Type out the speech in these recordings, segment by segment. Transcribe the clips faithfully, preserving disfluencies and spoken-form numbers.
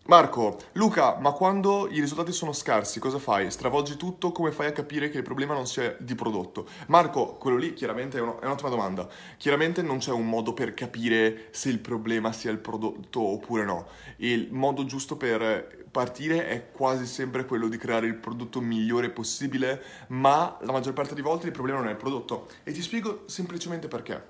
Marco, Luca, ma quando i risultati sono scarsi, cosa fai? Stravolgi tutto? Come fai a capire che il problema non sia di prodotto? Marco, quello lì chiaramente è, uno- è un'ottima domanda. Chiaramente non c'è un modo per capire se il problema sia il prodotto oppure no. Il modo giusto per partire è quasi sempre quello di creare il prodotto migliore possibile, ma la maggior parte delle volte il problema non è il prodotto. E ti spiego semplicemente perché.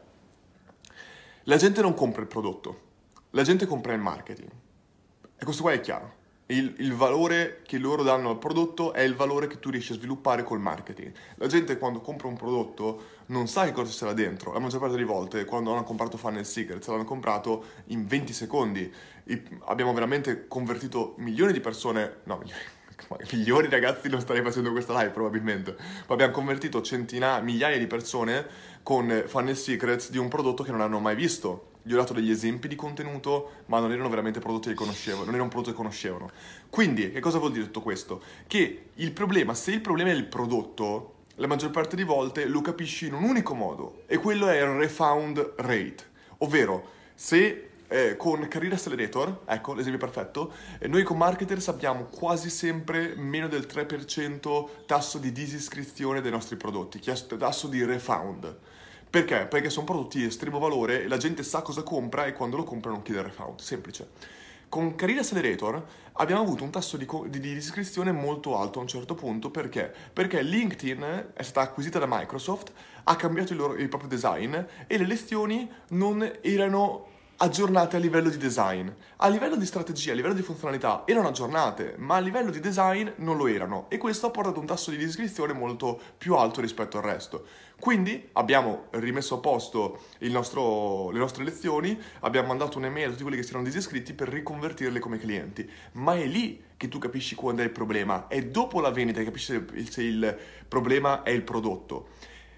La gente non compra il prodotto, la gente compra il marketing. E questo qua è chiaro. Il, il valore che loro danno al prodotto è il valore che tu riesci a sviluppare col marketing. La gente quando compra un prodotto non sa che cosa c'era dentro. La maggior parte delle volte quando hanno comprato Funnel Secrets l'hanno comprato in venti secondi. E abbiamo veramente convertito milioni di persone, no, milioni, milioni ragazzi, non starei facendo questa live probabilmente, ma abbiamo convertito centinaia, migliaia di persone con Funnel Secrets di un prodotto che non hanno mai visto. Gli ho dato degli esempi di contenuto, ma non erano veramente prodotti che conoscevano, non era un prodotto che conoscevano. Quindi, che cosa vuol dire tutto questo? Che il problema, se il problema è il prodotto, la maggior parte di volte lo capisci in un unico modo, e quello è il refound rate. Ovvero, se eh, con Career Accelerator, ecco l'esempio perfetto, eh, noi con marketers abbiamo quasi sempre meno del tre per cento tasso di disiscrizione dei nostri prodotti, tasso di refound. Perché? Perché sono prodotti di estremo valore e la gente sa cosa compra e quando lo compra non chiede il refund. Semplice. Con Career Accelerator abbiamo avuto un tasso di, co- di, di iscrizione molto alto a un certo punto. Perché? Perché LinkedIn è stata acquisita da Microsoft, ha cambiato il, loro, il proprio design e le lezioni non erano aggiornate a livello di design. A livello di strategia, a livello di funzionalità erano aggiornate, ma a livello di design non lo erano e questo ha portato a un tasso di iscrizione molto più alto rispetto al resto. Quindi abbiamo rimesso a posto il nostro, le nostre lezioni, abbiamo mandato un'email a tutti quelli che si erano disiscritti per riconvertirli come clienti. Ma è lì che tu capisci quando è il problema, è dopo la vendita che capisci se il problema è il prodotto.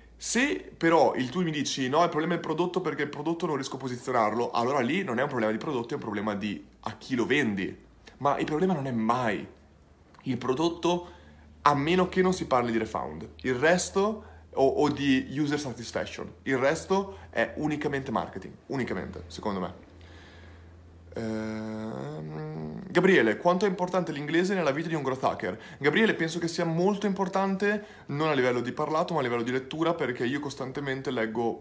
Se però il tu mi dici no, il problema è il prodotto perché il prodotto non riesco a posizionarlo, allora lì non è un problema di prodotto, è un problema di a chi lo vendi. Ma il problema non è mai il prodotto a meno che non si parli di refound. Il resto o, o di user satisfaction. Il resto è unicamente marketing, unicamente, secondo me. Ehm, Gabriele, quanto è importante l'inglese nella vita di un growth hacker? Gabriele, penso che sia molto importante, non a livello di parlato, ma a livello di lettura, perché io costantemente leggo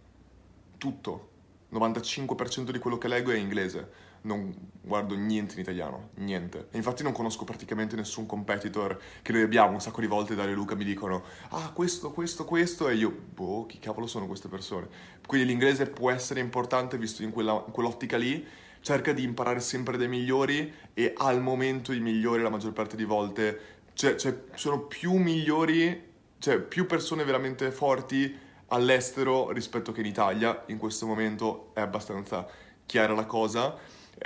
tutto. novantacinque per cento di quello che leggo è in inglese. Non guardo niente in italiano, niente. E infatti non conosco praticamente nessun competitor che noi abbiamo. Un sacco di volte Dario e Luca mi dicono ah, questo, questo, questo, e io, boh, chi cavolo sono queste persone? Quindi l'inglese può essere importante visto in, quella, in quell'ottica lì. Cerca di imparare sempre dai migliori e al momento i migliori la maggior parte di volte, cioè, cioè sono più migliori, cioè più persone veramente forti all'estero rispetto che in Italia. In questo momento è abbastanza chiara la cosa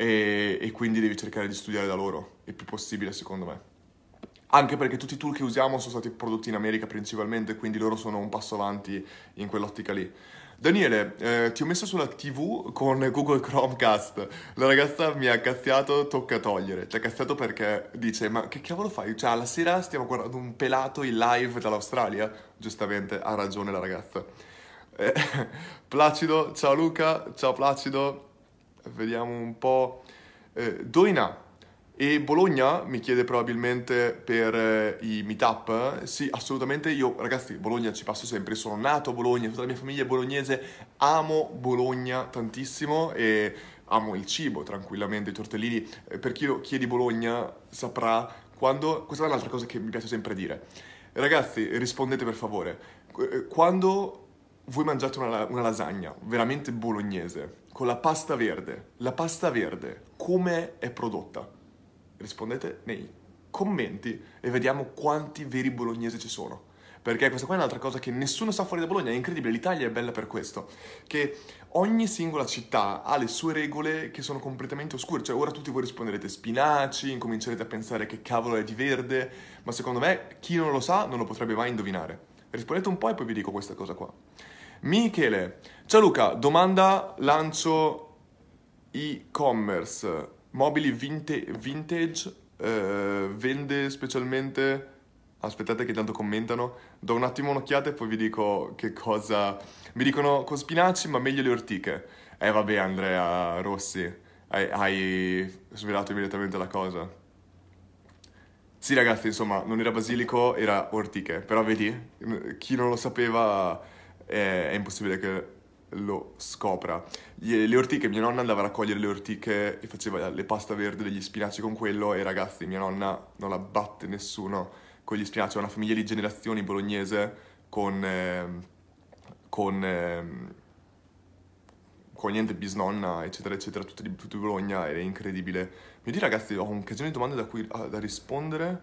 e, e quindi devi cercare di studiare da loro il più possibile, secondo me. Anche perché tutti i tool che usiamo sono stati prodotti in America principalmente, quindi loro sono un passo avanti in quell'ottica lì. Daniele, eh, ti ho messo sulla T V con Google Chromecast. La ragazza mi ha cazziato, tocca togliere. Ci ha cazziato perché dice: ma che cavolo fai? Cioè, alla sera stiamo guardando un pelato in live dall'Australia? Giustamente, ha ragione la ragazza. Eh, Placido, ciao Luca, ciao Placido. Vediamo un po'. Eh, Doina. E Bologna mi chiede probabilmente per eh, i meetup. Sì, assolutamente. Io, ragazzi, Bologna ci passo sempre. Sono nato a Bologna, tutta la mia famiglia è bolognese. Amo Bologna tantissimo e amo il cibo, tranquillamente, i tortellini. Eh, Per chi, lo- chi è di Bologna saprà quando... Questa è un'altra cosa che mi piace sempre dire. Ragazzi, rispondete per favore. Qu- eh, Quando voi mangiate una, la- una lasagna veramente bolognese con la pasta verde, la pasta verde come è prodotta? Rispondete nei commenti e vediamo quanti veri bolognesi ci sono. Perché questa qua è un'altra cosa che nessuno sa fuori da Bologna, è incredibile, l'Italia è bella per questo, che ogni singola città ha le sue regole che sono completamente oscure, cioè ora tutti voi risponderete spinaci, incomincerete a pensare che cavolo è di verde, ma secondo me chi non lo sa non lo potrebbe mai indovinare. Rispondete un po' e poi vi dico questa cosa qua. Michele, ciao Luca, domanda lancio e-commerce, mobili vinte- vintage, eh, vende specialmente... Aspettate che tanto commentano, do un attimo un'occhiata e poi vi dico che cosa... Mi dicono con spinaci ma meglio le ortiche. Eh vabbè Andrea Rossi, hai, hai svelato immediatamente la cosa. Sì, ragazzi, insomma, non era basilico, era ortiche. Però vedi, chi non lo sapeva è, è impossibile che lo scopra. Gli- Le ortiche, mia nonna andava a raccogliere le ortiche e faceva le pasta verde degli spinaci con quello. E ragazzi, mia nonna non la batte nessuno con gli spinaci. È una famiglia di generazioni bolognese con... ehm, con ehm, con niente bisnonna, eccetera, eccetera, tutte di, tutte di Bologna, ed è incredibile. Mi dici, ragazzi, ho un casino di domande da, cui, ah, da rispondere.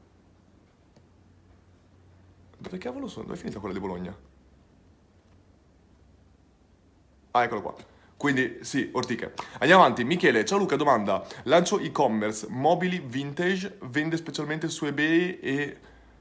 Dove cavolo sono? Dove è finita quella di Bologna? Ah, eccolo qua. Quindi, sì, ortiche. Andiamo avanti. Michele, ciao Luca, domanda. Lancio e-commerce, mobili vintage, vende specialmente su eBay e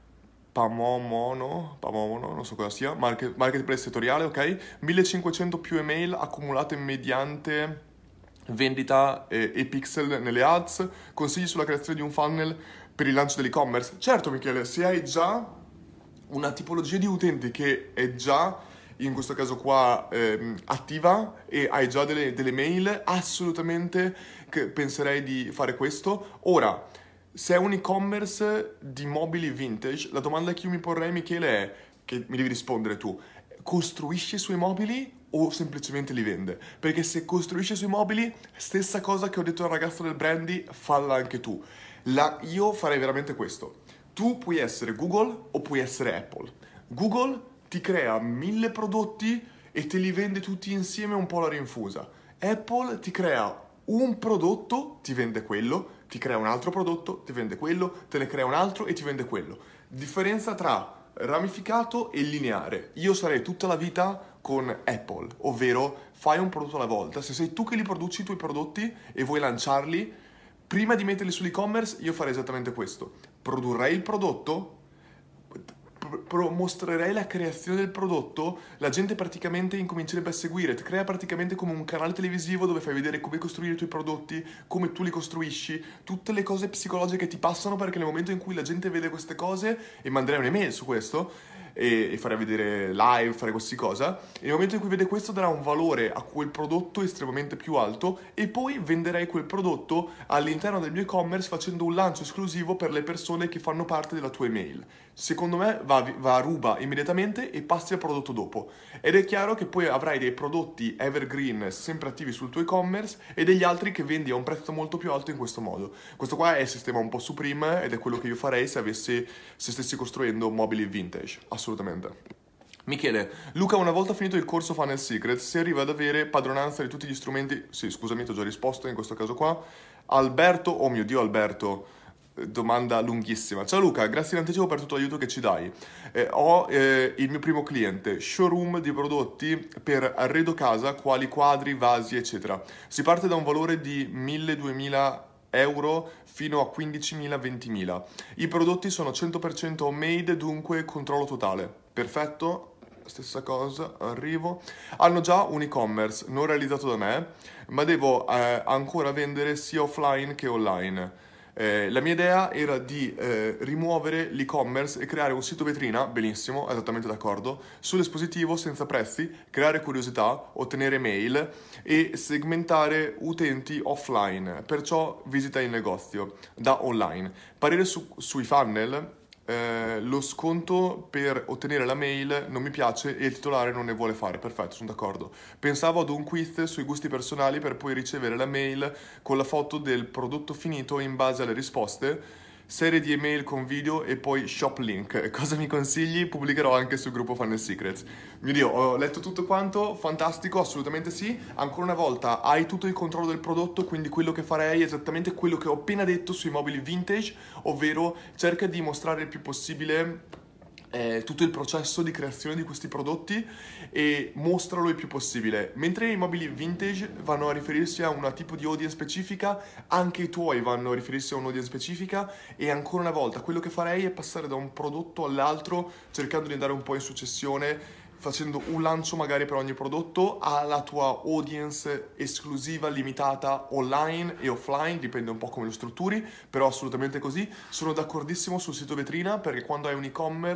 Pamomono, Pamomono, non so cosa sia, market, marketplace settoriale, ok? millecinquecento più email accumulate mediante vendita eh, e pixel nelle ads, consigli sulla creazione di un funnel per il lancio dell'e-commerce. Certo, Michele, se hai già una tipologia di utenti che è già, in questo caso qua, ehm, attiva e hai già delle, delle mail, assolutamente che penserei di fare questo. Ora, se è un e-commerce di mobili vintage, la domanda che io mi porrei, Michele, è, che mi devi rispondere tu, costruisce sui mobili o semplicemente li vende? Perché se costruisce sui mobili, stessa cosa che ho detto al ragazzo del brandy, falla anche tu. La- io farei veramente questo. Tu puoi essere Google o puoi essere Apple. Google ti crea mille prodotti e te li vende tutti insieme un po' alla rinfusa. Apple ti crea un prodotto, ti vende quello, ti crea un altro prodotto, ti vende quello, te ne crea un altro e ti vende quello. Differenza tra ramificato e lineare. Io sarei tutta la vita con Apple, ovvero fai un prodotto alla volta. Se sei tu che li produci i tuoi prodotti e vuoi lanciarli, prima di metterli sull'e-commerce, io farei esattamente questo. Produrrei il prodotto, pro- mostrerei la creazione del prodotto, la gente praticamente incomincerebbe a seguire, ti crea praticamente come un canale televisivo dove fai vedere come costruire i tuoi prodotti, come tu li costruisci, tutte le cose psicologiche che ti passano, perché nel momento in cui la gente vede queste cose, e manderei un'email su questo, e, e farei vedere live, fare qualsiasi cosa, e nel momento in cui vede questo darà un valore a quel prodotto estremamente più alto, e poi venderei quel prodotto all'interno del mio e-commerce facendo un lancio esclusivo per le persone che fanno parte della tua email. Secondo me va, va a ruba immediatamente e passi al prodotto dopo. Ed è chiaro che poi avrai dei prodotti evergreen sempre attivi sul tuo e-commerce e degli altri che vendi a un prezzo molto più alto in questo modo. Questo qua è il sistema un po' Supreme ed è quello che io farei se avessi, se stessi costruendo mobili vintage, assolutamente. Michele, Luca, una volta finito il corso Funnel Secret, si arriva ad avere padronanza di tutti gli strumenti... Sì, scusami, ti ho già risposto in questo caso qua. Alberto, oh mio Dio Alberto, eh, domanda lunghissima. Ciao Luca, grazie in anticipo per tutto l'aiuto che ci dai. Eh, ho eh, il mio primo cliente, showroom di prodotti per arredo casa, quali quadri, vasi, eccetera. Si parte da un valore di mille-duemila euro fino a quindicimila ventimila. I prodotti sono cento per cento homemade, dunque controllo totale. Perfetto, stessa cosa, arrivo. Hanno già un e-commerce non realizzato da me, ma devo eh, ancora vendere sia offline che online. Eh, la mia idea era di eh, rimuovere l'e-commerce e creare un sito vetrina, benissimo, esattamente d'accordo, sull'espositivo senza prezzi, creare curiosità, ottenere mail e segmentare utenti offline, perciò visita il negozio da online. Parere su- sui funnel. Eh, lo sconto per ottenere la mail non mi piace e il titolare non ne vuole fare. Perfetto, sono d'accordo. Pensavo ad un quiz sui gusti personali per poi ricevere la mail con la foto del prodotto finito in base alle risposte, serie di email con video e poi shop link. Cosa mi consigli? Pubblicherò anche sul gruppo Funnel Secrets. Mio Dio, ho letto tutto quanto, fantastico, assolutamente sì. Ancora una volta, hai tutto il controllo del prodotto, quindi quello che farei è esattamente quello che ho appena detto sui mobili vintage, ovvero cerca di mostrare il più possibile eh, tutto il processo di creazione di questi prodotti e mostralo il più possibile. Mentre i mobili vintage vanno a riferirsi a un tipo di audience specifica, anche i tuoi vanno a riferirsi a un'audience specifica e ancora una volta quello che farei è passare da un prodotto all'altro cercando di andare un po' in successione, facendo un lancio magari per ogni prodotto alla tua audience esclusiva, limitata online e offline, dipende un po' come lo strutturi, però assolutamente così. Sono d'accordissimo sul sito vetrina perché quando hai un e-commerce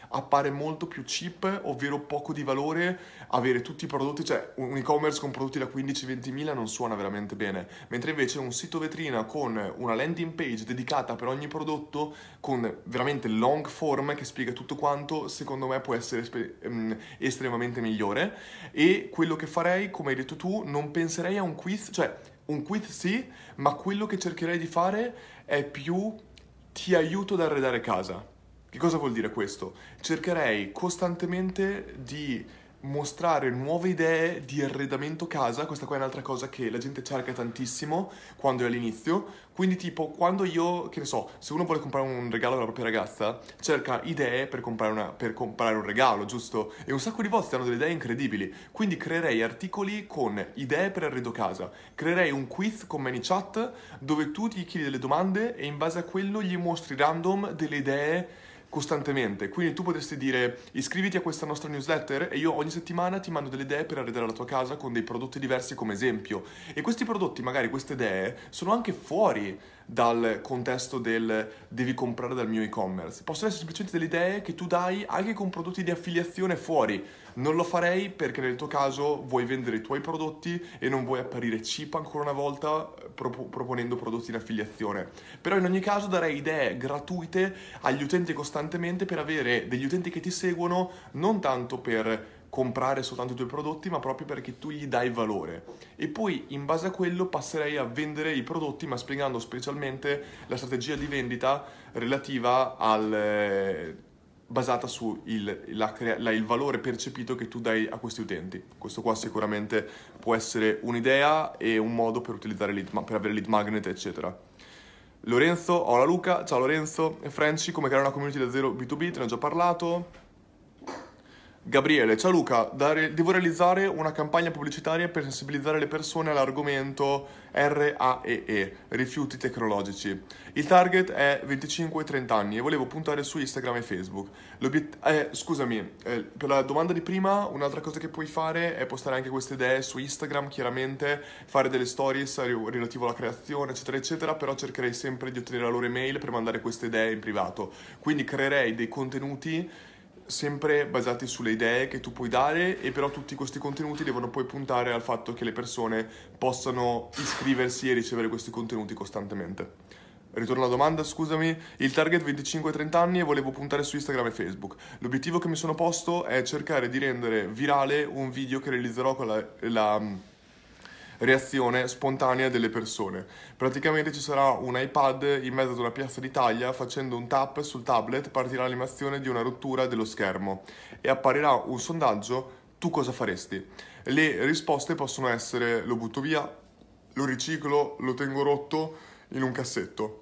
appare molto più cheap, ovvero poco di valore, avere tutti i prodotti, cioè un e-commerce con prodotti da quindici venti mila non suona veramente bene, mentre invece un sito vetrina con una landing page dedicata per ogni prodotto, con veramente long form che spiega tutto quanto, secondo me può essere espe- ehm, estremamente migliore. E quello che farei, come hai detto tu, non penserei a un quiz, cioè un quiz sì, ma quello che cercherei di fare è più ti aiuto ad arredare casa. Che cosa vuol dire questo? Cercherei costantemente di mostrare nuove idee di arredamento casa. Questa qua è un'altra cosa che la gente cerca tantissimo quando è all'inizio. Quindi tipo quando io, che ne so, se uno vuole comprare un regalo alla propria ragazza, cerca idee per comprare, una, per comprare un regalo, giusto? E un sacco di volte hanno delle idee incredibili. Quindi creerei articoli con idee per arredo casa. Creerei un quiz con ManyChat dove tu ti chiedi delle domande e in base a quello gli mostri random delle idee costantemente. Quindi tu potresti dire iscriviti a questa nostra newsletter e io ogni settimana ti mando delle idee per arredare la tua casa con dei prodotti diversi come esempio. E questi prodotti, magari queste idee, sono anche fuori dal contesto del devi comprare dal mio e-commerce. Possono essere semplicemente delle idee che tu dai anche con prodotti di affiliazione fuori. Non lo farei perché nel tuo caso vuoi vendere i tuoi prodotti e non vuoi apparire cheap ancora una volta prop- proponendo prodotti in affiliazione. Però in ogni caso darei idee gratuite agli utenti costantemente per avere degli utenti che ti seguono non tanto per comprare soltanto i tuoi prodotti, ma proprio perché tu gli dai valore. E poi in base a quello passerei a vendere i prodotti, ma spiegando specialmente la strategia di vendita relativa al eh, basata su il, la crea- la- il valore percepito che tu dai a questi utenti. Questo qua sicuramente può essere un'idea e un modo per utilizzare lead, ma- per avere lead magnet, eccetera. Lorenzo, hola Luca, ciao Lorenzo. E Franci, come creare una community da zero B due B, te ne ho già parlato. Gabriele, ciao Luca, da re- devo realizzare una campagna pubblicitaria per sensibilizzare le persone all'argomento R A E E, rifiuti tecnologici. Il target è venticinque trenta anni e volevo puntare su Instagram e Facebook. L'obiet- eh, scusami, eh, per la domanda di prima, un'altra cosa che puoi fare è postare anche queste idee su Instagram, chiaramente, fare delle stories ri- relativo alla creazione, eccetera, eccetera, però cercherei sempre di ottenere la loro email per mandare queste idee in privato. Quindi creerei dei contenuti sempre basati sulle idee che tu puoi dare, e però tutti questi contenuti devono poi puntare al fatto che le persone possano iscriversi e ricevere questi contenuti costantemente. Ritorno alla domanda, scusami. Il target venticinque trenta anni e volevo puntare su Instagram e Facebook. L'obiettivo che mi sono posto è cercare di rendere virale un video che realizzerò con la, la reazione spontanea delle persone. Praticamente ci sarà un iPad in mezzo ad una piazza d'Italia, facendo un tap sul tablet partirà l'animazione di una rottura dello schermo e apparirà un sondaggio: tu cosa faresti? Le risposte possono essere: lo butto via, lo riciclo, lo tengo rotto in un cassetto.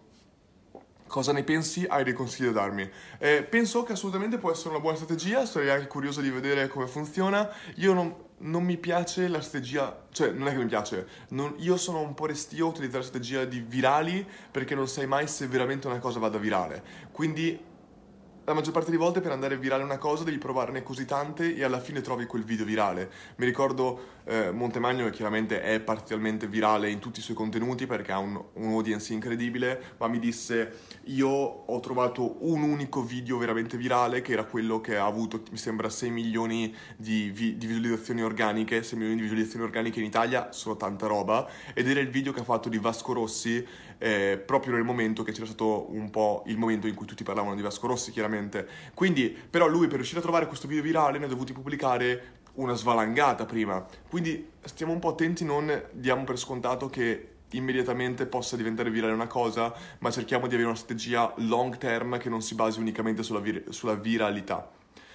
Cosa ne pensi? Hai dei consigli da darmi? Eh, penso che assolutamente può essere una buona strategia, sarei anche curioso di vedere come funziona. Io non, non mi piace la strategia, cioè non è che mi piace, non- io sono un po' restio a utilizzare la strategia di virali perché non sai mai se veramente una cosa vada virale. Quindi la maggior parte delle volte per andare virale una cosa devi provarne così tante e alla fine trovi quel video virale. Mi ricordo eh, Montemagno, che chiaramente è parzialmente virale in tutti i suoi contenuti perché ha un, un audience incredibile, ma mi disse: io ho trovato un unico video veramente virale che era quello che ha avuto, mi sembra, sei milioni di, vi- di visualizzazioni organiche. sei milioni di visualizzazioni organiche in Italia sono tanta roba, ed era il video che ha fatto di Vasco Rossi, eh, proprio nel momento che c'era stato un po' il momento in cui tutti parlavano di Vasco Rossi, chiaramente. Quindi, però lui per riuscire a trovare questo video virale ne ha dovuti pubblicare una svalangata prima. Quindi stiamo un po' attenti, non diamo per scontato che immediatamente possa diventare virale una cosa, ma cerchiamo di avere una strategia long term che non si basi unicamente sulla, vir- sulla viralità.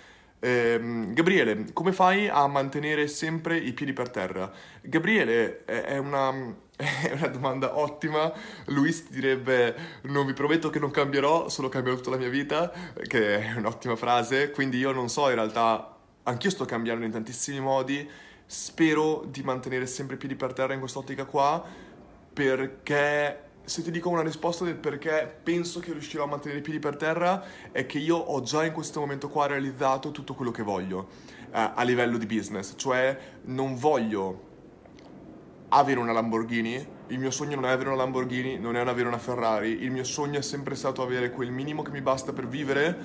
Ehm, Gabriele, come fai a mantenere sempre i piedi per terra? Gabriele, è è una, è una domanda ottima. Luis ti direbbe: non vi prometto che non cambierò, solo cambierò tutta la mia vita, che è un'ottima frase. Quindi io non so, in realtà, anch'io sto cambiando in tantissimi modi. Spero di mantenere sempre i piedi per terra in quest'ottica qua, perché se ti dico una risposta del perché penso che riuscirò a mantenere i piedi per terra, è che io ho già in questo momento qua realizzato tutto quello che voglio eh, a livello di business. Cioè non voglio avere una Lamborghini. Il mio sogno non è avere una Lamborghini, non è avere una Ferrari. Il mio sogno è sempre stato avere quel minimo che mi basta per vivere,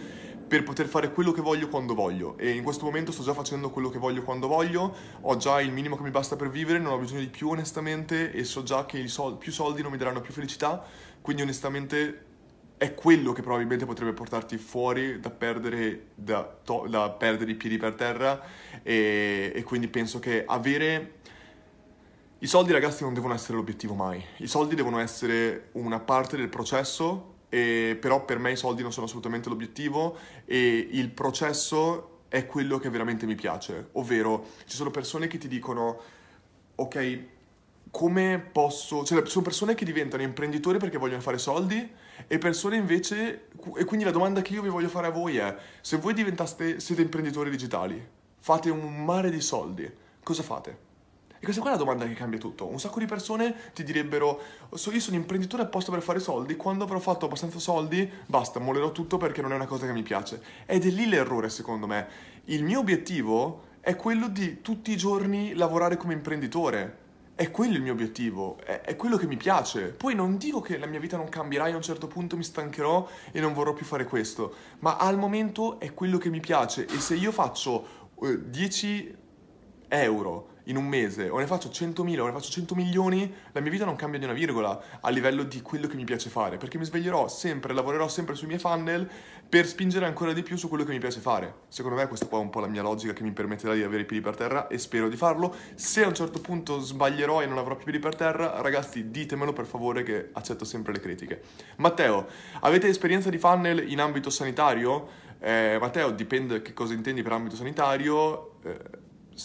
per poter fare quello che voglio quando voglio, e in questo momento sto già facendo quello che voglio quando voglio, ho già il minimo che mi basta per vivere, non ho bisogno di più onestamente, e so già che i sol- più soldi non mi daranno più felicità, quindi onestamente è quello che probabilmente potrebbe portarti fuori da perdere, da, to- da perdere i piedi per terra, e, e quindi penso che avere... I soldi, ragazzi, non devono essere l'obiettivo mai. I soldi devono essere una parte del processo, e però per me i soldi non sono assolutamente l'obiettivo, e il processo è quello che veramente mi piace. Ovvero, ci sono persone che ti dicono, ok, come posso... Cioè, sono persone che diventano imprenditori perché vogliono fare soldi, e persone invece... E quindi la domanda che io vi voglio fare a voi è, se voi diventaste, siete imprenditori digitali, fate un mare di soldi, cosa fate? E questa qua è la domanda che cambia tutto. Un sacco di persone ti direbbero, so, io sono imprenditore apposta per fare soldi, quando avrò fatto abbastanza soldi, basta, mollerò tutto perché non è una cosa che mi piace. Ed è lì l'errore, secondo me. Il mio obiettivo è quello di tutti i giorni lavorare come imprenditore. È quello il mio obiettivo, è, è quello che mi piace. Poi non dico che la mia vita non cambierà e a un certo punto mi stancherò e non vorrò più fare questo, ma al momento è quello che mi piace, e se io faccio eh, dieci euro in un mese, o ne faccio centomila, o ne faccio cento milioni, la mia vita non cambia di una virgola a livello di quello che mi piace fare, perché mi sveglierò sempre, lavorerò sempre sui miei funnel per spingere ancora di più su quello che mi piace fare. Secondo me questa qua è un po' la mia logica che mi permetterà di avere i piedi per terra, e spero di farlo. Se a un certo punto sbaglierò e non avrò più piedi per terra, ragazzi, ditemelo per favore, che accetto sempre le critiche. Matteo, avete esperienza di funnel in ambito sanitario? Eh, Matteo, dipende che cosa intendi per ambito sanitario. Eh,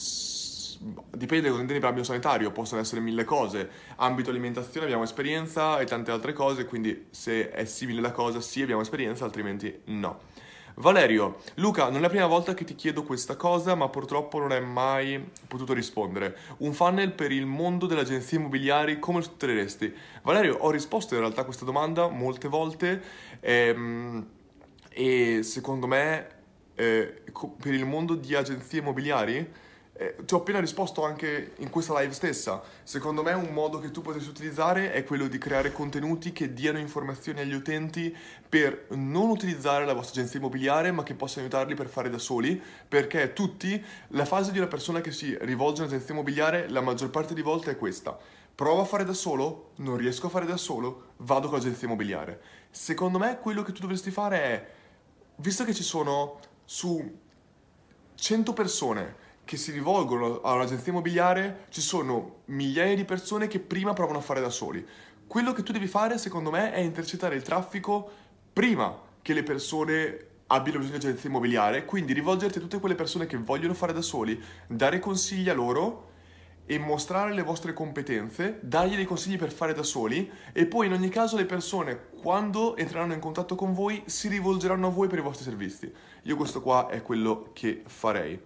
Dipende cosa intendi per ambito sanitario, possono essere mille cose. Ambito alimentazione abbiamo esperienza e tante altre cose, quindi se è simile la cosa sì abbiamo esperienza, altrimenti no. Valerio, Luca, non è la prima volta che ti chiedo questa cosa, ma purtroppo non hai mai potuto rispondere. Un funnel per il mondo delle agenzie immobiliari, come lo struttureresti? Valerio, ho risposto in realtà a questa domanda molte volte, ehm, e secondo me eh, co- per il mondo di agenzie immobiliari, eh, ti ho appena risposto anche in questa live stessa. Secondo me un modo che tu potresti utilizzare è quello di creare contenuti che diano informazioni agli utenti per non utilizzare la vostra agenzia immobiliare, ma che possano aiutarli per fare da soli, perché tutti, la fase di una persona che si rivolge a un'agenzia immobiliare la maggior parte di volte è questa: provo a fare da solo, non riesco a fare da solo, vado con l'agenzia immobiliare. Secondo me quello che tu dovresti fare è, visto che ci sono su cento persone che si rivolgono a un'agenzia immobiliare, ci sono migliaia di persone che prima provano a fare da soli. Quello che tu devi fare, secondo me, è intercettare il traffico prima che le persone abbiano bisogno di agenzia immobiliare, quindi rivolgerti a tutte quelle persone che vogliono fare da soli, dare consigli a loro e mostrare le vostre competenze, dargli dei consigli per fare da soli, e poi in ogni caso le persone, quando entreranno in contatto con voi, si rivolgeranno a voi per i vostri servizi. Io questo qua è quello che farei.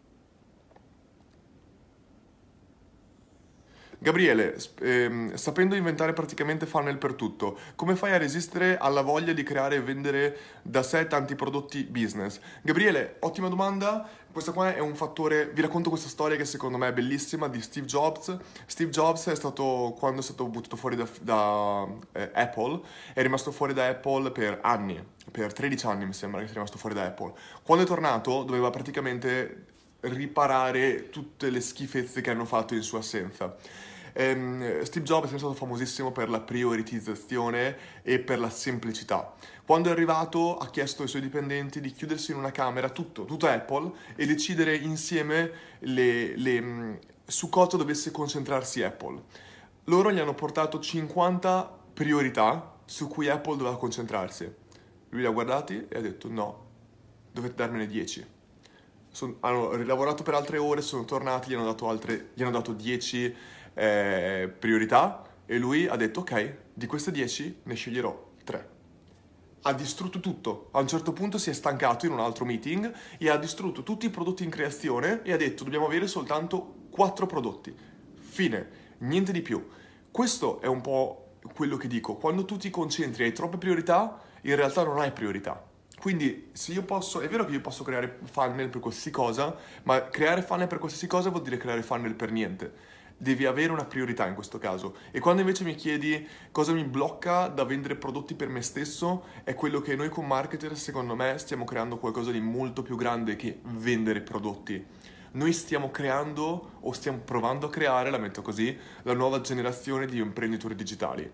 Gabriele, sp- ehm, sapendo inventare praticamente funnel per tutto, come fai a resistere alla voglia di creare e vendere da sé tanti prodotti business? Gabriele, ottima domanda. Questa qua è un fattore, vi racconto questa storia che secondo me è bellissima, di Steve Jobs. Steve Jobs è stato, quando è stato buttato fuori da, da, eh, Apple, è rimasto fuori da Apple per anni, per tredici anni mi sembra che sia rimasto fuori da Apple. Quando è tornato doveva praticamente riparare tutte le schifezze che hanno fatto in sua assenza. Ehm, Steve Jobs è sempre stato famosissimo per la prioritizzazione e per la semplicità. Quando è arrivato ha chiesto ai suoi dipendenti di chiudersi in una camera, tutto, tutto Apple, e decidere insieme le, le, mh, su cosa dovesse concentrarsi Apple. Loro gli hanno portato cinquanta priorità su cui Apple doveva concentrarsi. Lui li ha guardati e ha detto no, dovete darmene dieci. Son- hanno lavorato per altre ore, sono tornati, gli hanno dato altre, gli hanno dato dieci eh, priorità, e lui ha detto ok, di queste dieci ne sceglierò tre. Ha distrutto tutto. A un certo punto si è stancato in un altro meeting e ha distrutto tutti i prodotti in creazione e ha detto dobbiamo avere soltanto quattro prodotti. Fine, niente di più. Questo è un po' quello che dico. Quando tu ti concentri e hai troppe priorità, in realtà non hai priorità. Quindi se io posso, è vero che io posso creare funnel per qualsiasi cosa, ma creare funnel per qualsiasi cosa vuol dire creare funnel per niente. devi avere una priorità in questo caso. E quando invece mi chiedi cosa mi blocca da vendere prodotti per me stesso, è quello che noi con Marketer, secondo me, stiamo creando qualcosa di molto più grande che vendere prodotti. Noi stiamo creando, o stiamo provando a creare, la metto così, la nuova generazione di imprenditori digitali.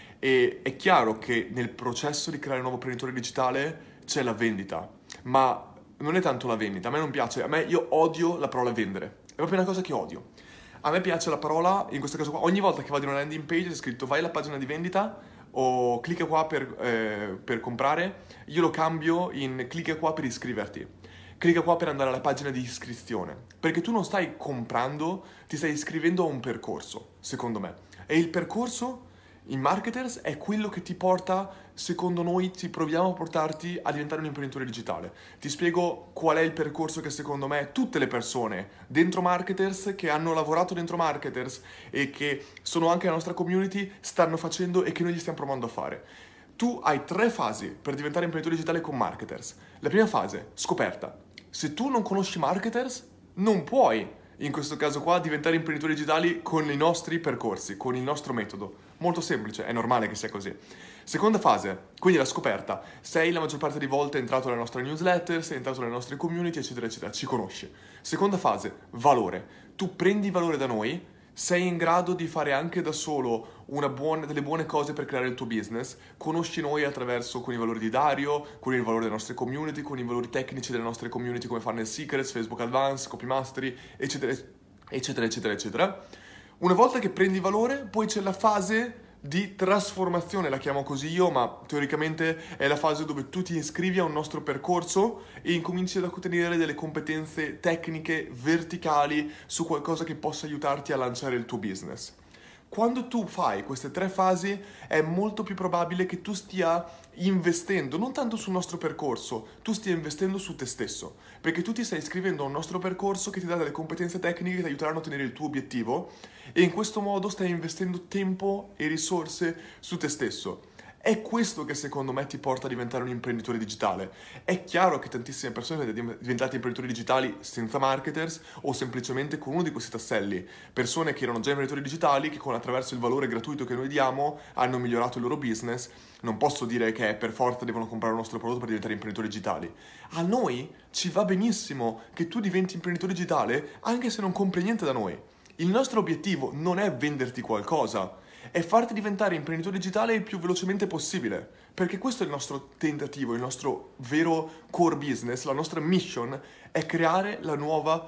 E è chiaro che nel processo di creare un nuovo imprenditore digitale c'è la vendita, ma non è tanto la vendita, a me non piace, a me io odio la parola vendere, è proprio una cosa che odio. A me piace la parola, in questo caso qua, ogni volta che vado in una landing page c'è scritto vai alla pagina di vendita o clicca qua per, eh, per comprare, io lo cambio in clicca qua per iscriverti, clicca qua per andare alla pagina di iscrizione, perché tu non stai comprando, ti stai iscrivendo a un percorso, secondo me, e il percorso in Marketers è quello che ti porta, secondo noi, ti proviamo a portarti a diventare un imprenditore digitale. Ti spiego qual è il percorso che secondo me tutte le persone dentro Marketers, che hanno lavorato dentro Marketers e che sono anche nella nostra community, stanno facendo e che noi gli stiamo provando a fare. Tu hai tre fasi per diventare imprenditore digitale con Marketers. La prima fase, scoperta. Se tu non conosci Marketers, non puoi in questo caso qua diventare imprenditori digitali con i nostri percorsi, con il nostro metodo. Molto semplice, è normale che sia così. Seconda fase, quindi la scoperta. Sei la maggior parte di volte entrato nella nostra newsletter, sei entrato nelle nostre community, eccetera, eccetera, ci conosci. Seconda fase, valore. Tu prendi valore da noi, sei in grado di fare anche da solo una buona, delle buone cose per creare il tuo business, conosci noi attraverso con i valori di Dario, con il valore delle nostre community, con i valori tecnici delle nostre community come Funnel Secrets, Facebook Advanced, Copy Mastery, eccetera, eccetera, eccetera, eccetera. Una volta che prendi valore, poi c'è la fase di trasformazione, la chiamo così io, ma teoricamente è la fase dove tu ti iscrivi a un nostro percorso e incominci ad ottenere delle competenze tecniche verticali su qualcosa che possa aiutarti a lanciare il tuo business. Quando tu fai queste tre fasi è molto più probabile che tu stia investendo, non tanto sul nostro percorso, tu stia investendo su te stesso, perché tu ti stai iscrivendo a un nostro percorso che ti dà delle competenze tecniche che ti aiuteranno a ottenere il tuo obiettivo e in questo modo stai investendo tempo e risorse su te stesso. È questo che secondo me ti porta a diventare un imprenditore digitale. È chiaro che tantissime persone sono diventate imprenditori digitali senza marketers o semplicemente con uno di questi tasselli. Persone che erano già imprenditori digitali che con attraverso il valore gratuito che noi diamo hanno migliorato il loro business. Non posso dire che per forza devono comprare il nostro prodotto per diventare imprenditori digitali. A noi ci va benissimo che tu diventi imprenditore digitale anche se non compri niente da noi. Il nostro obiettivo non è venderti qualcosa, è farti diventare imprenditore digitale il più velocemente possibile, perché questo è il nostro tentativo, il nostro vero core business, la nostra mission è creare la nuova,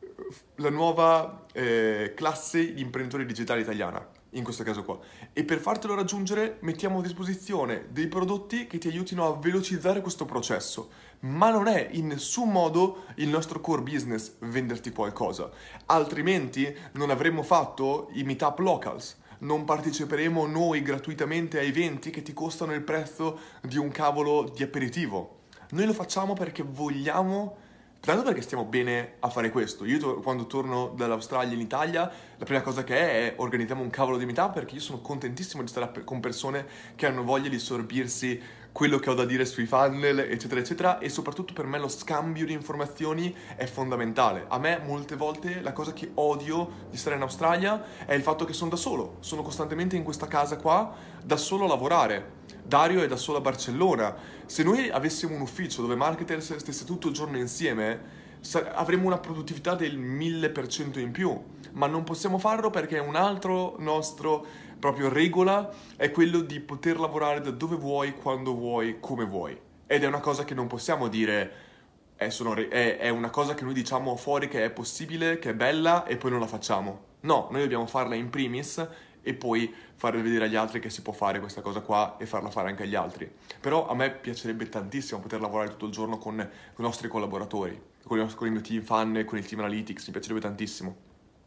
la nuova eh, classe di imprenditori digitali italiana, in questo caso qua. E per fartelo raggiungere mettiamo a disposizione dei prodotti che ti aiutino a velocizzare questo processo, ma non è in nessun modo il nostro core business venderti qualcosa, altrimenti non avremmo fatto i meetup locals. Non parteciperemo noi gratuitamente a eventi che ti costano il prezzo di un cavolo di aperitivo. Noi lo facciamo perché vogliamo, tanto perché stiamo bene a fare questo. Io to- quando torno dall'Australia in Italia, la prima cosa che è è organizziamo un cavolo di meetup perché io sono contentissimo di stare a- con persone che hanno voglia di sorbirsi quello che ho da dire sui funnel, eccetera, eccetera, e soprattutto per me lo scambio di informazioni è fondamentale. A me molte volte la cosa che odio di stare in Australia è il fatto che sono da solo, sono costantemente in questa casa qua, da solo a lavorare. Dario è da solo a Barcellona. Se noi avessimo un ufficio dove marketers stesse tutto il giorno insieme, sa- avremmo una produttività del mille per cento in più, ma non possiamo farlo perché un altro nostro proprio regola è quello di poter lavorare da dove vuoi, quando vuoi, come vuoi. Ed è una cosa che non possiamo dire, è, sono re- è, è una cosa che noi diciamo fuori che è possibile, che è bella e poi non la facciamo. No, noi dobbiamo farla in primis e poi far vedere agli altri che si può fare questa cosa qua e farla fare anche agli altri. Però a me piacerebbe tantissimo poter lavorare tutto il giorno con, con i nostri collaboratori, con il, con il mio team fan, con il team analytics, mi piacerebbe tantissimo.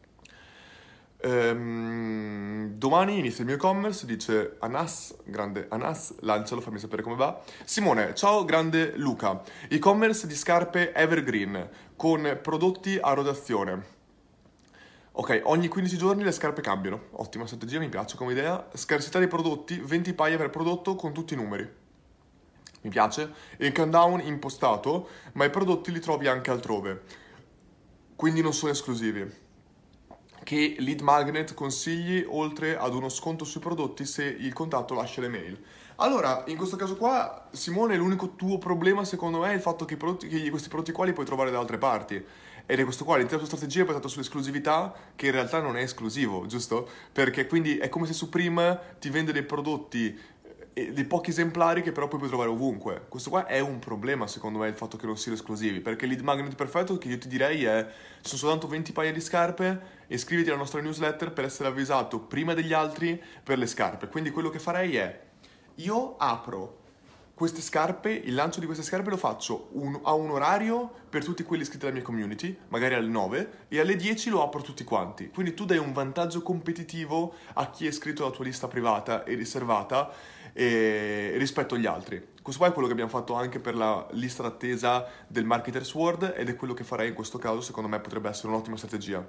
Ehm, domani inizia il mio e-commerce, dice Anas, grande Anas, lancialo, fammi sapere come va. Simone, ciao grande Luca, e-commerce di scarpe evergreen con prodotti a rotazione. Ok, ogni quindici giorni le scarpe cambiano, ottima strategia, mi piace come idea. Scarsità dei prodotti, venti paia per prodotto con tutti i numeri. Mi piace. E il countdown impostato, ma i prodotti li trovi anche altrove, quindi non sono esclusivi. che Lead Magnet consigli oltre ad uno sconto sui prodotti se il contatto lascia le mail. Allora, in questo caso qua, Simone, l'unico tuo problema secondo me è il fatto che, i prodotti, che questi prodotti qua li puoi trovare da altre parti. Ed è questo qua, l'intera tua strategia è basata sull'esclusività, che in realtà non è esclusivo, giusto? Perché quindi è come se Supreme ti vende dei prodotti, eh, dei pochi esemplari che però poi puoi trovare ovunque. Questo qua è un problema secondo me, il fatto che non siano esclusivi, perché il lead magnet perfetto che io ti direi è: ci sono soltanto venti paia di scarpe, iscriviti alla nostra newsletter per essere avvisato prima degli altri per le scarpe. Quindi quello che farei è: io apro queste scarpe, il lancio di queste scarpe lo faccio un, a un orario per tutti quelli iscritti alla mia community, magari alle nove, e alle dieci lo apro tutti quanti. Quindi tu dai un vantaggio competitivo a chi è iscritto alla tua lista privata e riservata eh, rispetto agli altri. Questo qua è quello che abbiamo fatto anche per la lista d'attesa del Marketers World, ed è quello che farei in questo caso. Secondo me potrebbe essere un'ottima strategia.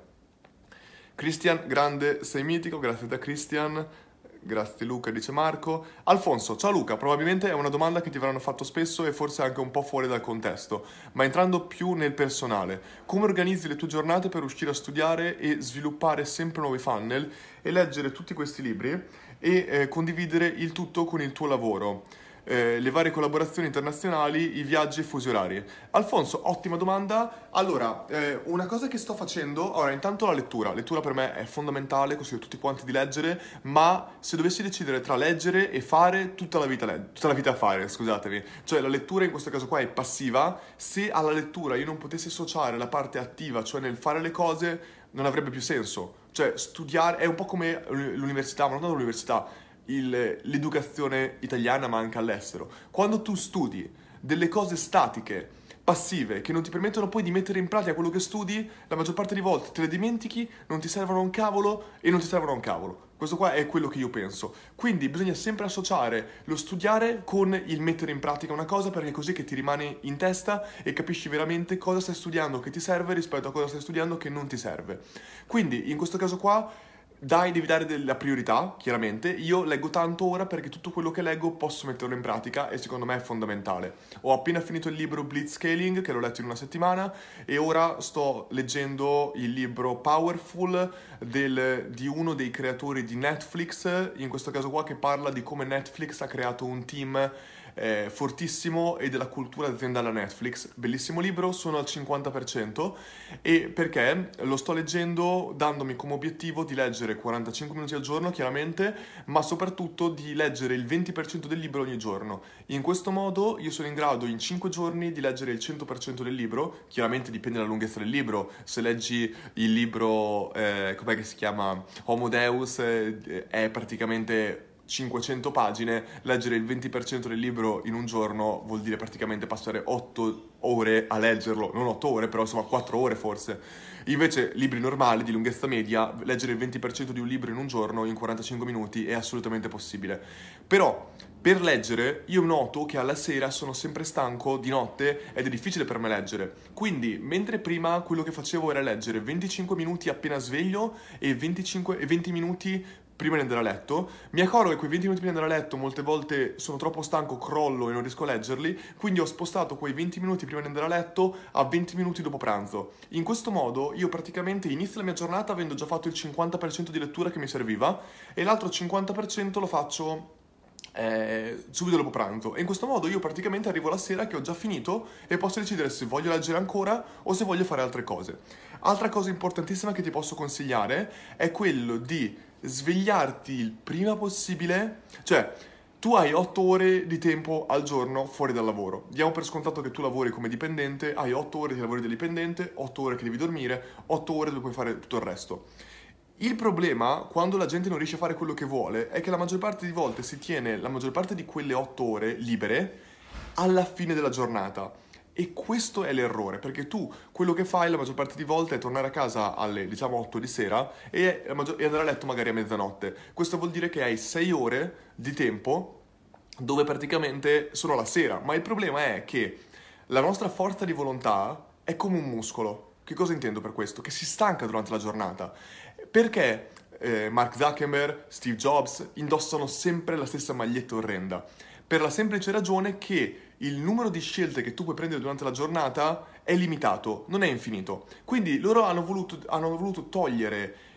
Christian, grande, sei mitico, grazie da Christian. Grazie Luca, dice Marco. Alfonso, ciao Luca, probabilmente è una domanda che ti avranno fatto spesso e forse anche un po' fuori dal contesto, ma entrando più nel personale, come organizzi le tue giornate per riuscire a studiare e sviluppare sempre nuovi funnel e leggere tutti questi libri e eh, condividere il tutto con il tuo lavoro? Eh, le varie collaborazioni internazionali, i viaggi e fusi orari. Alfonso, ottima domanda. Allora, eh, una cosa che sto facendo, ora intanto la lettura, lettura per me è fondamentale, consiglio a tutti quanti di leggere, ma se dovessi decidere tra leggere e fare, tutta la vita, le- tutta la vita a fare, scusatemi, cioè la lettura in questo caso qua è passiva, se alla lettura io non potessi associare la parte attiva, cioè nel fare le cose, non avrebbe più senso. Cioè studiare è un po' come l'università, ma non l'università, il- l'educazione italiana ma anche all'estero. Quando tu studi delle cose statiche, passive, che non ti permettono poi di mettere in pratica quello che studi, la maggior parte delle volte te le dimentichi, non ti servono a un cavolo e non ti servono a un cavolo. Questo qua è quello che io penso. Quindi bisogna sempre associare lo studiare con il mettere in pratica una cosa, perché è così che ti rimane in testa e capisci veramente cosa stai studiando che ti serve rispetto a cosa stai studiando che non ti serve. Quindi in questo caso qua dai, devi dare della priorità, chiaramente. Io leggo tanto ora perché tutto quello che leggo posso metterlo in pratica e secondo me è fondamentale. Ho appena finito il libro Blitzscaling, che l'ho letto in una settimana, e ora sto leggendo il libro Powerful del- di uno dei creatori di Netflix, in questo caso qua, che parla di come Netflix ha creato un team eh, fortissimo e della cultura aziendale a Netflix. Bellissimo libro, sono al cinquanta per cento, e perché lo sto leggendo dandomi come obiettivo di leggere quarantacinque minuti al giorno, chiaramente, ma soprattutto di leggere il venti per cento del libro ogni giorno. In questo modo io sono in grado in cinque giorni di leggere il cento per cento del libro. Chiaramente dipende dalla lunghezza del libro. Se leggi il libro, eh, com'è che si chiama? Homo Deus, eh, è praticamente cinquecento pagine, leggere il venti per cento del libro in un giorno vuol dire praticamente passare otto ore a leggerlo, non otto ore, però insomma quattro ore forse. Invece libri normali di lunghezza media, leggere il venti per cento di un libro in un giorno in quarantacinque minuti è assolutamente possibile. Però per leggere io noto che alla sera sono sempre stanco di notte ed è difficile per me leggere. Quindi mentre prima quello che facevo era leggere venticinque minuti appena sveglio e venticinque e venti minuti prima di andare a letto, mi accorgo che quei venti minuti prima di andare a letto molte volte sono troppo stanco, crollo e non riesco a leggerli, quindi ho spostato quei venti minuti prima di andare a letto a venti minuti dopo pranzo. In questo modo io praticamente inizio la mia giornata avendo già fatto il cinquanta per cento di lettura che mi serviva e l'altro cinquanta per cento lo faccio eh, subito dopo pranzo, e in questo modo io praticamente arrivo la sera che ho già finito e posso decidere se voglio leggere ancora o se voglio fare altre cose. Altra cosa importantissima che ti posso consigliare è quello di svegliarti il prima possibile. Cioè, tu hai otto ore di tempo al giorno fuori dal lavoro. Diamo per scontato che tu lavori come dipendente, hai otto ore di lavoro da dipendente, otto ore che devi dormire, otto ore dove puoi fare tutto il resto. Il problema, quando la gente non riesce a fare quello che vuole, è che la maggior parte di volte si tiene la maggior parte di quelle otto ore libere alla fine della giornata. E questo è l'errore, perché tu quello che fai la maggior parte di volte è tornare a casa alle, diciamo, otto di sera e, e andare a letto magari a mezzanotte. Questo vuol dire che hai sei ore di tempo dove praticamente sono la sera. Ma il problema è che la nostra forza di volontà è come un muscolo. Che cosa intendo per questo? Che si stanca durante la giornata. Perché eh, Mark Zuckerberg, Steve Jobs indossano sempre la stessa maglietta orrenda? Per la semplice ragione che il numero di scelte che tu puoi prendere durante la giornata è limitato, non è infinito. Quindi loro hanno voluto, hanno voluto togliere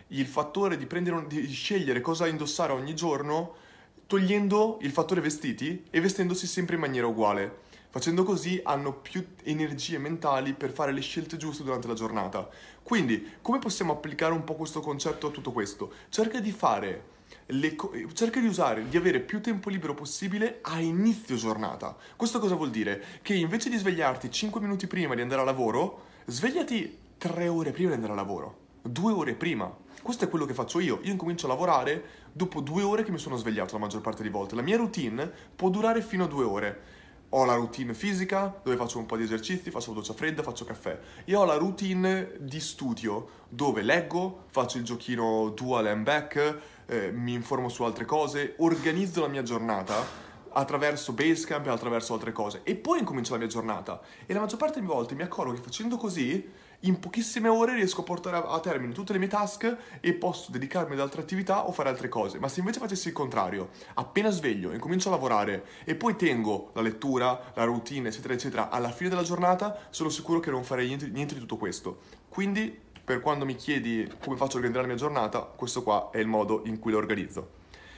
il fattore di, prendere un- di scegliere cosa indossare ogni giorno, togliendo il fattore vestiti e vestendosi sempre in maniera uguale. Facendo così hanno più energie mentali per fare le scelte giuste durante la giornata. Quindi, come possiamo applicare un po' questo concetto a tutto questo? Cerca di fare le co- cerca di usare, di avere più tempo libero possibile a inizio giornata. Questo cosa vuol dire? Che invece di svegliarti cinque minuti prima di andare a lavoro, svegliati tre ore prima di andare a lavoro, due ore prima. Questo è quello che faccio io. Io incomincio a lavorare dopo due ore che mi sono svegliato la maggior parte delle volte. La mia routine può durare fino a due ore. Ho la routine fisica, dove faccio un po' di esercizi, faccio doccia fredda, faccio caffè. E ho la routine di studio, dove leggo, faccio il giochino Dual and Back, eh, mi informo su altre cose, organizzo la mia giornata attraverso Basecamp e attraverso altre cose. E poi incomincio la mia giornata. E la maggior parte delle volte mi accorgo che facendo così, in pochissime ore riesco a portare a, a termine tutte le mie task e posso dedicarmi ad altre attività o fare altre cose. Ma se invece facessi il contrario, appena sveglio, incomincio a lavorare e poi tengo la lettura, la routine, eccetera, eccetera, alla fine della giornata, sono sicuro che non farei niente, niente di tutto questo. Quindi, per quando mi chiedi come faccio a organizzare la mia giornata, questo qua è il modo in cui lo organizzo.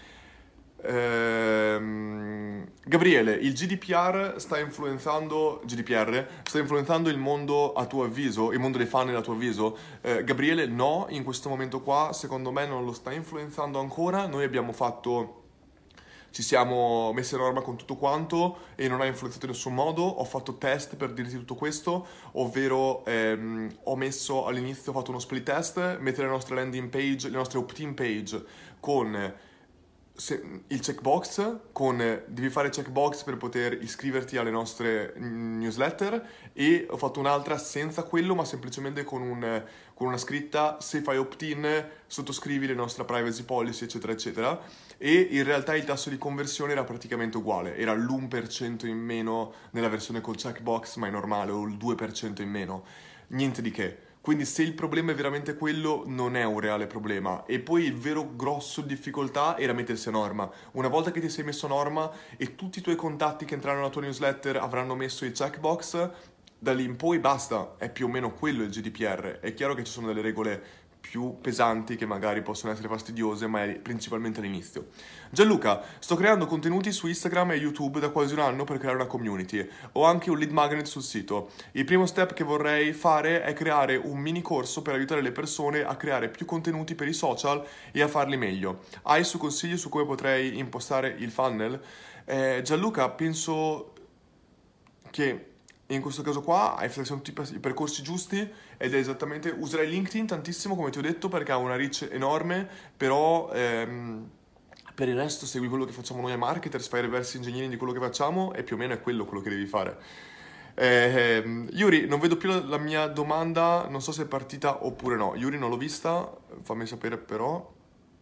Ehm, Gabriele, il G D P R sta influenzando G D P R sta influenzando il mondo a tuo avviso, il mondo dei funnel a tuo avviso? Eh, Gabriele, no, in questo momento qua secondo me non lo sta influenzando ancora. Noi abbiamo fatto ci siamo messi a norma con tutto quanto e non ha influenzato in nessun modo. Ho fatto test per dirti tutto questo, ovvero ehm, ho messo all'inizio, ho fatto uno split test, mettere le nostre landing page, le nostre opt-in page con se- il checkbox, con devi fare checkbox per poter iscriverti alle nostre newsletter, e ho fatto un'altra senza quello ma semplicemente con, un, con una scritta: se fai opt-in sottoscrivi le nostre privacy policy eccetera eccetera. E in realtà il tasso di conversione era praticamente uguale, era l'uno per cento in meno nella versione col checkbox ma è normale, o il due per cento in meno, niente di che. Quindi se il problema è veramente quello, non è un reale problema. E poi il vero grosso difficoltà era mettersi a norma. Una volta che ti sei messo a norma e tutti i tuoi contatti che entrano nella tua newsletter avranno messo il checkbox, da lì in poi basta, è più o meno quello il G D P R. È chiaro che ci sono delle regole più pesanti che magari possono essere fastidiose, ma è principalmente all'inizio. Gianluca, sto creando contenuti su Instagram e YouTube da quasi un anno per creare una community. Ho anche un lead magnet sul sito. Il primo step che vorrei fare è creare un mini corso per aiutare le persone a creare più contenuti per i social e a farli meglio. Hai su consigli su come potrei impostare il funnel? Eh, Gianluca, penso che in questo caso qua hai fatto tutti i percorsi giusti ed è esattamente, userai LinkedIn tantissimo come ti ho detto perché ha una reach enorme, però ehm, per il resto segui quello che facciamo noi a marketers, fai reverse engineering di quello che facciamo e più o meno è quello quello che devi fare. Eh, ehm, Yuri, non vedo più la, la mia domanda, non so se è partita oppure no. Yuri, non l'ho vista, fammi sapere però.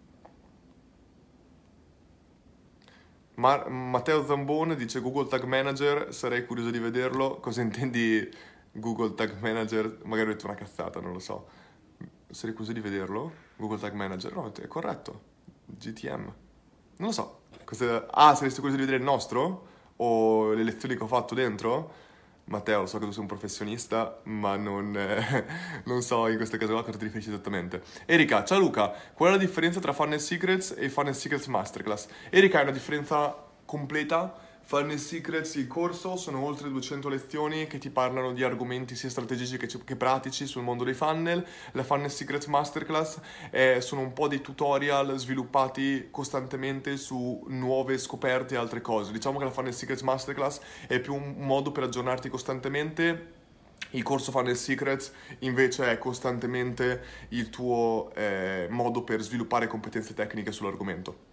Mar- Matteo Zambone dice Google Tag Manager, sarei curioso di vederlo. Cosa intendi Google Tag Manager? Magari ho detto una cazzata, non lo so. Sarei curioso di vederlo? Google Tag Manager? No, è corretto. G T M. Non lo so. Cosa... Ah, saresti curioso di vedere il nostro? O le lezioni che ho fatto dentro? Matteo, lo so che tu sei un professionista, ma non, eh, non so in questo caso qua cosa ti riferisci esattamente. Erika, ciao Luca, qual è la differenza tra Funnel Secrets e Funnel Secrets Masterclass? Erika, è una differenza completa. Funnel Secrets, il corso, sono oltre duecento lezioni che ti parlano di argomenti sia strategici che, che pratici sul mondo dei funnel. La Funnel Secrets Masterclass eh, sono un po' dei tutorial sviluppati costantemente su nuove scoperte e altre cose. Diciamo che la Funnel Secrets Masterclass è più un modo per aggiornarti costantemente. Il corso Funnel Secrets invece è costantemente il tuo eh, modo per sviluppare competenze tecniche sull'argomento.